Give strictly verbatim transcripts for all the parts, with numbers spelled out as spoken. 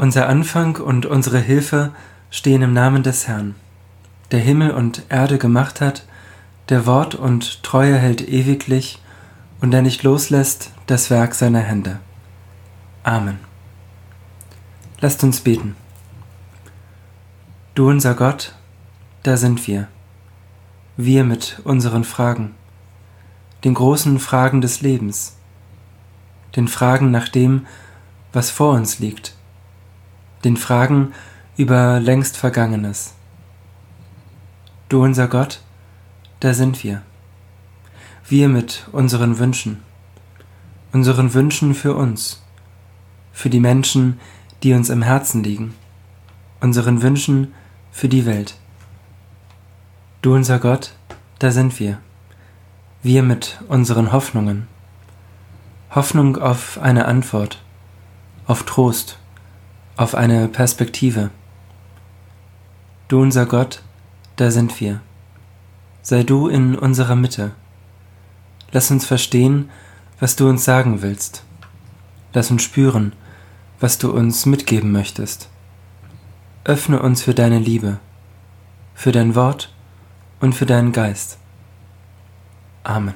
Unser Anfang und unsere Hilfe stehen im Namen des Herrn, der Himmel und Erde gemacht hat, der Wort und Treue hält ewiglich und der nicht loslässt das Werk seiner Hände. Amen. Lasst uns beten. Du unser Gott, da sind wir, wir mit unseren Fragen, den großen Fragen des Lebens, den Fragen nach dem, was vor uns liegt, den Fragen über längst Vergangenes. Du unser Gott, da sind wir, wir mit unseren Wünschen, unseren Wünschen für uns, für die Menschen, die uns im Herzen liegen, unseren Wünschen für die Welt. Du unser Gott, da sind wir, wir mit unseren Hoffnungen, Hoffnung auf eine Antwort, auf Trost, auf eine Perspektive. Du unser Gott, da sind wir. Sei du in unserer Mitte. Lass uns verstehen, was du uns sagen willst. Lass uns spüren, was du uns mitgeben möchtest. Öffne uns für deine Liebe, für dein Wort und für deinen Geist. Amen.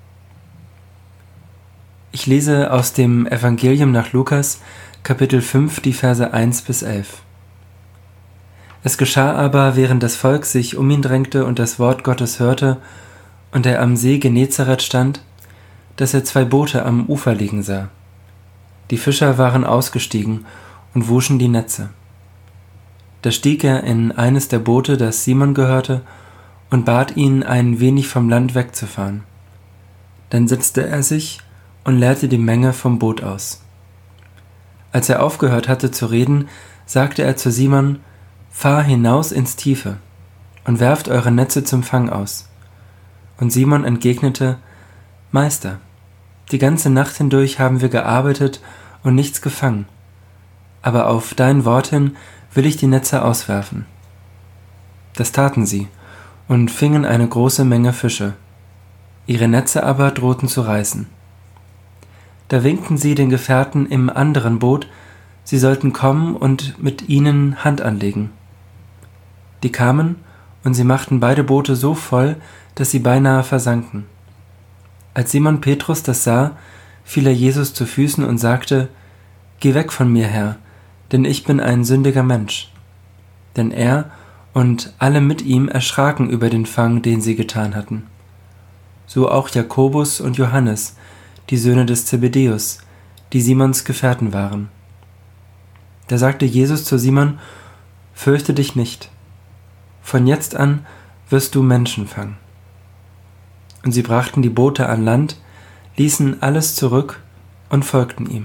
Ich lese aus dem Evangelium nach Lukas, Kapitel fünf, die Verse eins bis elf. Es geschah aber, während das Volk sich um ihn drängte und das Wort Gottes hörte und er am See Genezareth stand, dass er zwei Boote am Ufer liegen sah. Die Fischer waren ausgestiegen und wuschen die Netze. Da stieg er in eines der Boote, das Simon gehörte, und bat ihn, ein wenig vom Land wegzufahren. Dann setzte er sich und leerte die Menge vom Boot aus. Als er aufgehört hatte zu reden, sagte er zu Simon: Fahr hinaus ins Tiefe und werft eure Netze zum Fang aus. Und Simon entgegnete: Meister, die ganze Nacht hindurch haben wir gearbeitet und nichts gefangen, aber auf dein Wort hin will ich die Netze auswerfen. Das taten sie und fingen eine große Menge Fische. Ihre Netze aber drohten zu reißen. Da winkten sie den Gefährten im anderen Boot, sie sollten kommen und mit ihnen Hand anlegen. Die kamen, und sie machten beide Boote so voll, dass sie beinahe versanken. Als Simon Petrus das sah, fiel er Jesus zu Füßen und sagte: Geh weg von mir, Herr, denn ich bin ein sündiger Mensch. Denn er und alle mit ihm erschraken über den Fang, den sie getan hatten. So auch Jakobus und Johannes, die Söhne des Zebedäus, die Simons Gefährten waren. Da sagte Jesus zu Simon: Fürchte dich nicht, von jetzt an wirst du Menschen fangen. Und sie brachten die Boote an Land, ließen alles zurück und folgten ihm.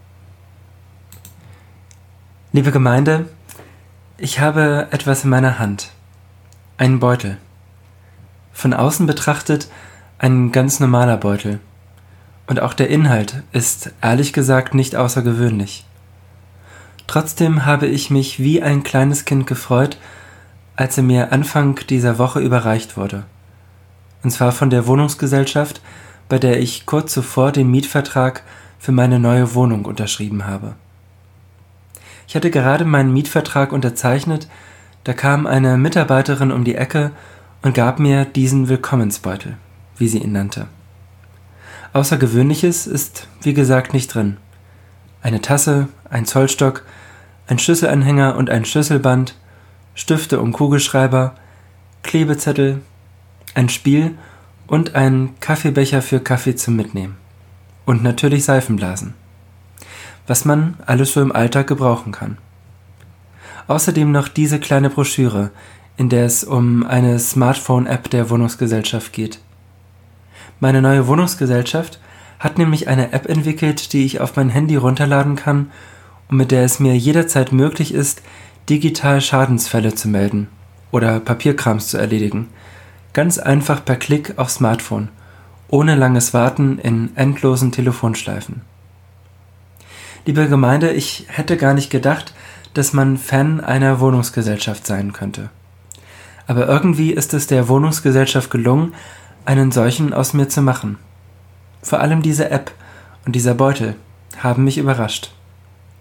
Liebe Gemeinde, ich habe etwas in meiner Hand, einen Beutel. Von außen betrachtet ein ganz normaler Beutel. Und auch der Inhalt ist ehrlich gesagt nicht außergewöhnlich. Trotzdem habe ich mich wie ein kleines Kind gefreut, als er mir Anfang dieser Woche überreicht wurde. Und zwar von der Wohnungsgesellschaft, bei der ich kurz zuvor den Mietvertrag für meine neue Wohnung unterschrieben habe. Ich hatte gerade meinen Mietvertrag unterzeichnet, da kam eine Mitarbeiterin um die Ecke und gab mir diesen Willkommensbeutel, wie sie ihn nannte. Außergewöhnliches ist, wie gesagt, nicht drin. Eine Tasse, ein Zollstock, ein Schlüsselanhänger und ein Schlüsselband, Stifte und Kugelschreiber, Klebezettel, ein Spiel und ein Kaffeebecher für Kaffee zum Mitnehmen. Und natürlich Seifenblasen. Was man alles so im Alltag gebrauchen kann. Außerdem noch diese kleine Broschüre, in der es um eine Smartphone-App der Wohnungsgesellschaft geht. Meine neue Wohnungsgesellschaft hat nämlich eine App entwickelt, die ich auf mein Handy runterladen kann und mit der es mir jederzeit möglich ist, digital Schadensfälle zu melden oder Papierkrams zu erledigen. Ganz einfach per Klick aufs Smartphone, ohne langes Warten in endlosen Telefonschleifen. Liebe Gemeinde, ich hätte gar nicht gedacht, dass man Fan einer Wohnungsgesellschaft sein könnte. Aber irgendwie ist es der Wohnungsgesellschaft gelungen, einen solchen aus mir zu machen. Vor allem diese App und dieser Beutel haben mich überrascht.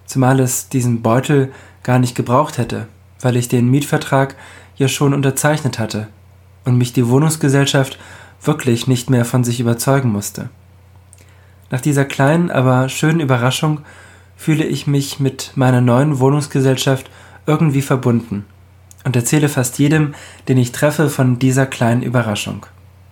zumal es diesen Beutel gar nicht gebraucht hätte, weil ich den Mietvertrag ja schon unterzeichnet hatte und mich die Wohnungsgesellschaft wirklich nicht mehr von sich überzeugen musste. Nach dieser kleinen, aber schönen Überraschung fühle ich mich mit meiner neuen Wohnungsgesellschaft irgendwie verbunden und erzähle fast jedem, den ich treffe, von dieser kleinen Überraschung.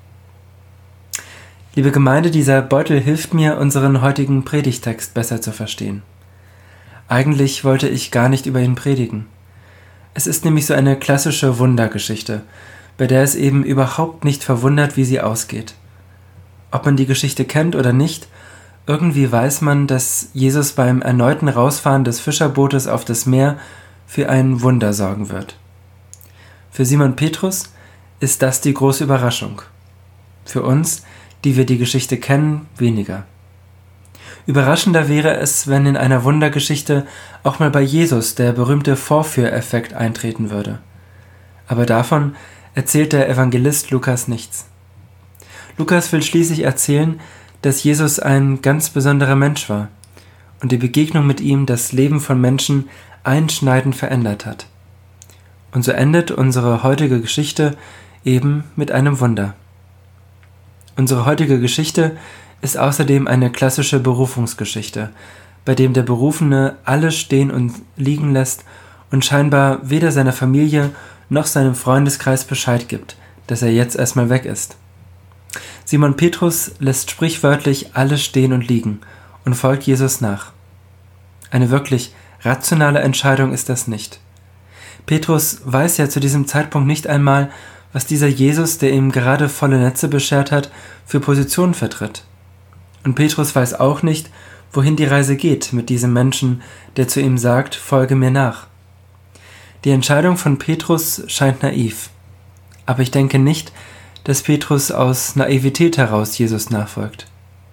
Liebe Gemeinde, dieser Beutel hilft mir, unseren heutigen Predigtext besser zu verstehen. Eigentlich wollte ich gar nicht über ihn predigen. Es ist nämlich so eine klassische Wundergeschichte, bei der es eben überhaupt nicht verwundert, wie sie ausgeht. Ob man die Geschichte kennt oder nicht, irgendwie weiß man, dass Jesus beim erneuten Rausfahren des Fischerbootes auf das Meer für ein Wunder sorgen wird. Für Simon Petrus ist das die große Überraschung. Für uns, die wir die Geschichte kennen, weniger. Überraschender wäre es, wenn in einer Wundergeschichte auch mal bei Jesus der berühmte Vorführeffekt eintreten würde. Aber davon erzählt der Evangelist Lukas nichts. Lukas will schließlich erzählen, dass Jesus ein ganz besonderer Mensch war und die Begegnung mit ihm das Leben von Menschen einschneidend verändert hat. Und so endet unsere heutige Geschichte eben mit einem Wunder. Unsere heutige Geschichte ist außerdem eine klassische Berufungsgeschichte, bei dem der Berufene alles stehen und liegen lässt und scheinbar weder seiner Familie noch seinem Freundeskreis Bescheid gibt, dass er jetzt erstmal weg ist. Simon Petrus lässt sprichwörtlich alles stehen und liegen und folgt Jesus nach. Eine wirklich rationale Entscheidung ist das nicht. Petrus weiß ja zu diesem Zeitpunkt nicht einmal, was dieser Jesus, der ihm gerade volle Netze beschert hat, für Positionen vertritt. Und Petrus weiß auch nicht, wohin die Reise geht mit diesem Menschen, der zu ihm sagt, folge mir nach. Die Entscheidung von Petrus scheint naiv. Aber ich denke nicht, dass Petrus aus Naivität heraus Jesus nachfolgt.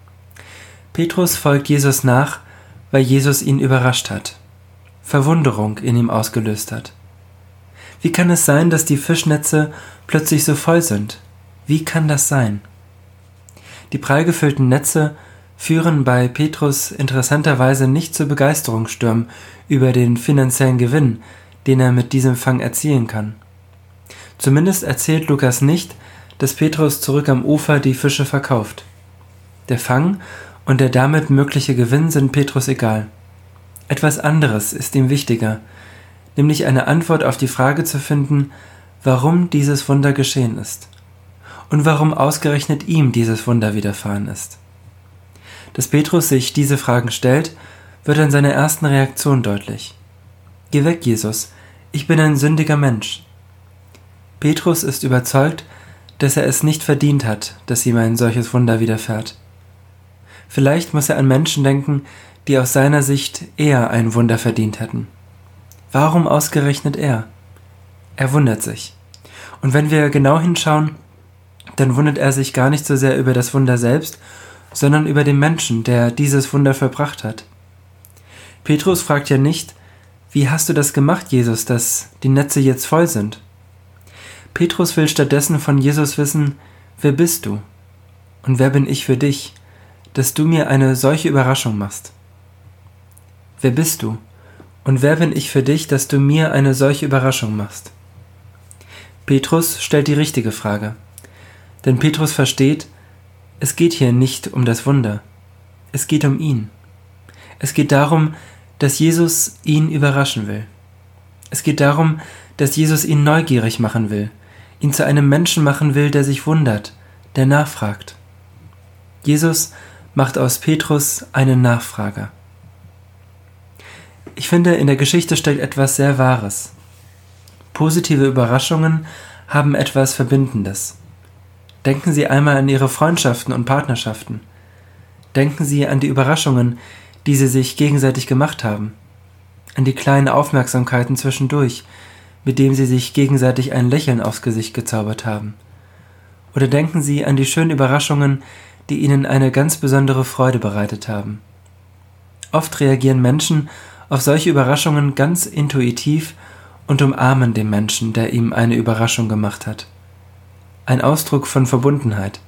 Petrus folgt Jesus nach, weil Jesus ihn überrascht hat, Verwunderung in ihm ausgelöst hat. Wie kann es sein, dass die Fischnetze plötzlich so voll sind? Wie kann das sein? Die prall gefüllten Netze führen bei Petrus interessanterweise nicht zu Begeisterungsstürmen über den finanziellen Gewinn, den er mit diesem Fang erzielen kann. Zumindest erzählt Lukas nicht, dass Petrus zurück am Ufer die Fische verkauft. Der Fang und der damit mögliche Gewinn sind Petrus egal. Etwas anderes ist ihm wichtiger, nämlich eine Antwort auf die Frage zu finden, warum dieses Wunder geschehen ist und warum ausgerechnet ihm dieses Wunder widerfahren ist. Dass Petrus sich diese Fragen stellt, wird an seiner ersten Reaktion deutlich. Geh weg, Jesus, ich bin ein sündiger Mensch. Petrus ist überzeugt, dass er es nicht verdient hat, dass ihm ein solches Wunder widerfährt. Vielleicht muss er an Menschen denken, die aus seiner Sicht eher ein Wunder verdient hätten. Warum ausgerechnet er? Er wundert sich. Und wenn wir genau hinschauen, dann wundert er sich gar nicht so sehr über das Wunder selbst, sondern über den Menschen, der dieses Wunder vollbracht hat. Petrus fragt ja nicht, wie hast du das gemacht, Jesus, dass die Netze jetzt voll sind? Petrus will stattdessen von Jesus wissen, wer bist du? Und wer bin ich für dich, dass du mir eine solche Überraschung machst? Wer bist du? Und wer bin ich für dich, dass du mir eine solche Überraschung machst? Petrus stellt die richtige Frage. Denn Petrus versteht, es geht hier nicht um das Wunder. Es geht um ihn. Es geht darum, dass Jesus ihn überraschen will. Es geht darum, dass Jesus ihn neugierig machen will, ihn zu einem Menschen machen will, der sich wundert, der nachfragt. Jesus macht aus Petrus einen Nachfrager. Ich finde, in der Geschichte steckt etwas sehr Wahres. Positive Überraschungen haben etwas Verbindendes. Denken Sie einmal an Ihre Freundschaften und Partnerschaften. Denken Sie an die Überraschungen, die Sie sich gegenseitig gemacht haben. An die kleinen Aufmerksamkeiten zwischendurch, mit denen Sie sich gegenseitig ein Lächeln aufs Gesicht gezaubert haben. Oder denken Sie an die schönen Überraschungen, die Ihnen eine ganz besondere Freude bereitet haben. Oft reagieren Menschen auf solche Überraschungen ganz intuitiv und umarmen den Menschen, der ihm eine Überraschung gemacht hat. Ein Ausdruck von Verbundenheit.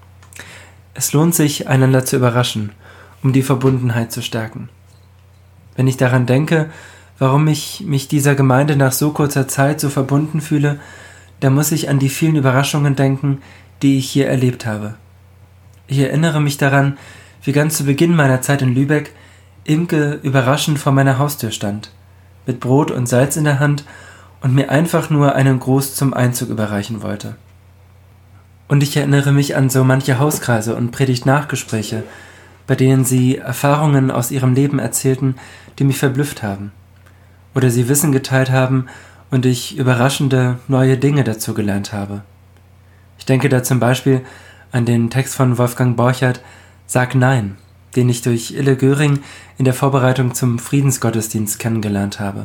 Es lohnt sich, einander zu überraschen, um die Verbundenheit zu stärken. Wenn ich daran denke, warum ich mich dieser Gemeinde nach so kurzer Zeit so verbunden fühle, da muss ich an die vielen Überraschungen denken, die ich hier erlebt habe. Ich erinnere mich daran, wie ganz zu Beginn meiner Zeit in Lübeck Imke überraschend vor meiner Haustür stand, mit Brot und Salz in der Hand und mir einfach nur einen Gruß zum Einzug überreichen wollte. Und ich erinnere mich an so manche Hauskreise und Predigt-Nachgespräche, bei denen sie Erfahrungen aus ihrem Leben erzählten, die mich verblüfft haben. Oder sie Wissen geteilt haben und ich überraschende neue Dinge dazu gelernt habe. Ich denke da zum Beispiel an den Text von Wolfgang Borchert, Sag Nein, den ich durch Ille Göring in der Vorbereitung zum Friedensgottesdienst kennengelernt habe.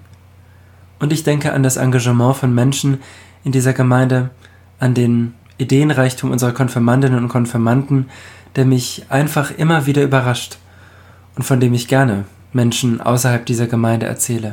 Und ich denke an das Engagement von Menschen in dieser Gemeinde, an den Ideenreichtum unserer Konfirmandinnen und Konfirmanden, der mich einfach immer wieder überrascht und von dem ich gerne Menschen außerhalb dieser Gemeinde erzähle.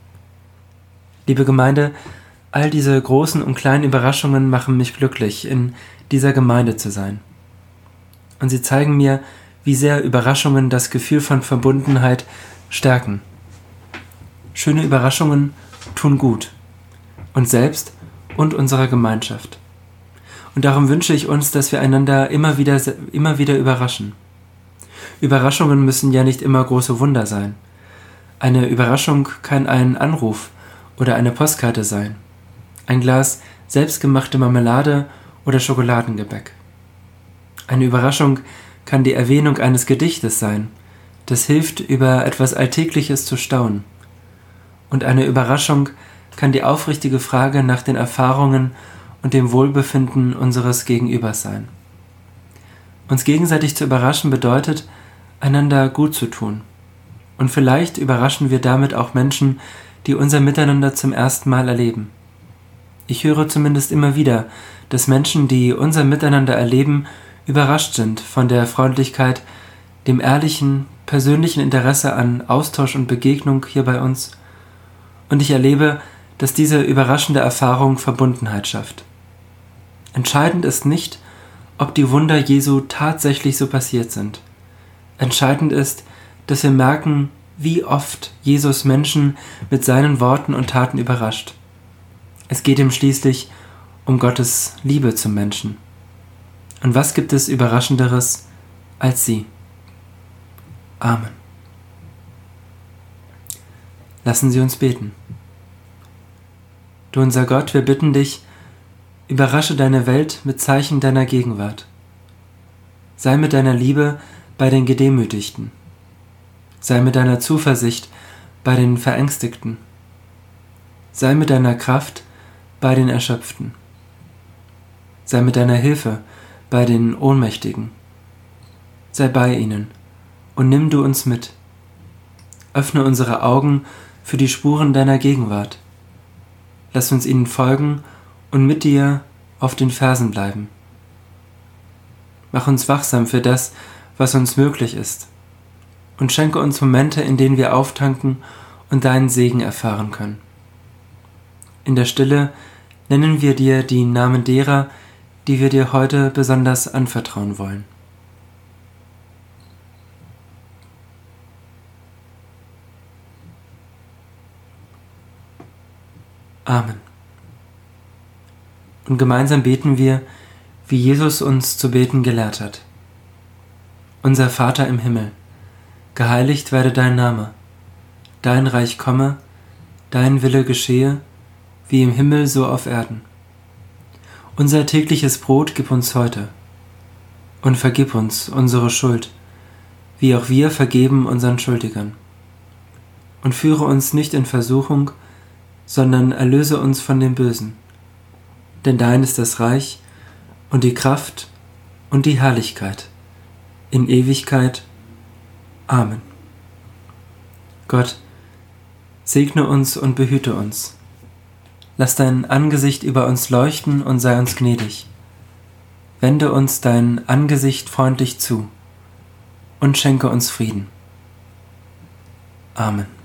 Liebe Gemeinde, all diese großen und kleinen Überraschungen machen mich glücklich, in dieser Gemeinde zu sein. Und sie zeigen mir, wie sehr Überraschungen das Gefühl von Verbundenheit stärken. Schöne Überraschungen tun gut, uns selbst und unserer Gemeinschaft. Und darum wünsche ich uns, dass wir einander immer wieder, immer wieder überraschen. Überraschungen müssen ja nicht immer große Wunder sein. Eine Überraschung kann ein Anruf oder eine Postkarte sein, ein Glas selbstgemachte Marmelade oder Schokoladengebäck. Eine Überraschung kann die Erwähnung eines Gedichtes sein, das hilft, über etwas Alltägliches zu staunen. Und eine Überraschung kann die aufrichtige Frage nach den Erfahrungen und dem Wohlbefinden unseres Gegenübers sein. Uns gegenseitig zu überraschen bedeutet, einander gut zu tun. Und vielleicht überraschen wir damit auch Menschen, die unser Miteinander zum ersten Mal erleben. Ich höre zumindest immer wieder, dass Menschen, die unser Miteinander erleben, überrascht sind von der Freundlichkeit, dem ehrlichen, persönlichen Interesse an Austausch und Begegnung hier bei uns. Und ich erlebe, dass diese überraschende Erfahrung Verbundenheit schafft. Entscheidend ist nicht, ob die Wunder Jesu tatsächlich so passiert sind. Entscheidend ist, dass wir merken, wie oft Jesus Menschen mit seinen Worten und Taten überrascht. Es geht ihm schließlich um Gottes Liebe zum Menschen. Und was gibt es Überraschenderes als sie? Amen. Lassen Sie uns beten. Du unser Gott, wir bitten dich, überrasche deine Welt mit Zeichen deiner Gegenwart. Sei mit deiner Liebe bei den Gedemütigten. Sei mit deiner Zuversicht bei den Verängstigten. Sei mit deiner Kraft bei den Erschöpften. Sei mit deiner Hilfe bei den Ohnmächtigen. Sei bei ihnen und nimm du uns mit. Öffne unsere Augen für die Spuren deiner Gegenwart. Lass uns ihnen folgen und mit dir auf den Fersen bleiben. Mach uns wachsam für das, was uns möglich ist, und schenke uns Momente, in denen wir auftanken und deinen Segen erfahren können. In der Stille nennen wir dir die Namen derer, die wir dir heute besonders anvertrauen wollen. Amen. Und gemeinsam beten wir, wie Jesus uns zu beten gelehrt hat. Unser Vater im Himmel, geheiligt werde dein Name, dein Reich komme, dein Wille geschehe, wie im Himmel so auf Erden. Unser tägliches Brot gib uns heute und vergib uns unsere Schuld, wie auch wir vergeben unseren Schuldigern. Und führe uns nicht in Versuchung, sondern erlöse uns von dem Bösen. Denn dein ist das Reich und die Kraft und die Herrlichkeit in Ewigkeit. Amen. Gott, segne uns und behüte uns. Lass dein Angesicht über uns leuchten und sei uns gnädig. Wende uns dein Angesicht freundlich zu und schenke uns Frieden. Amen.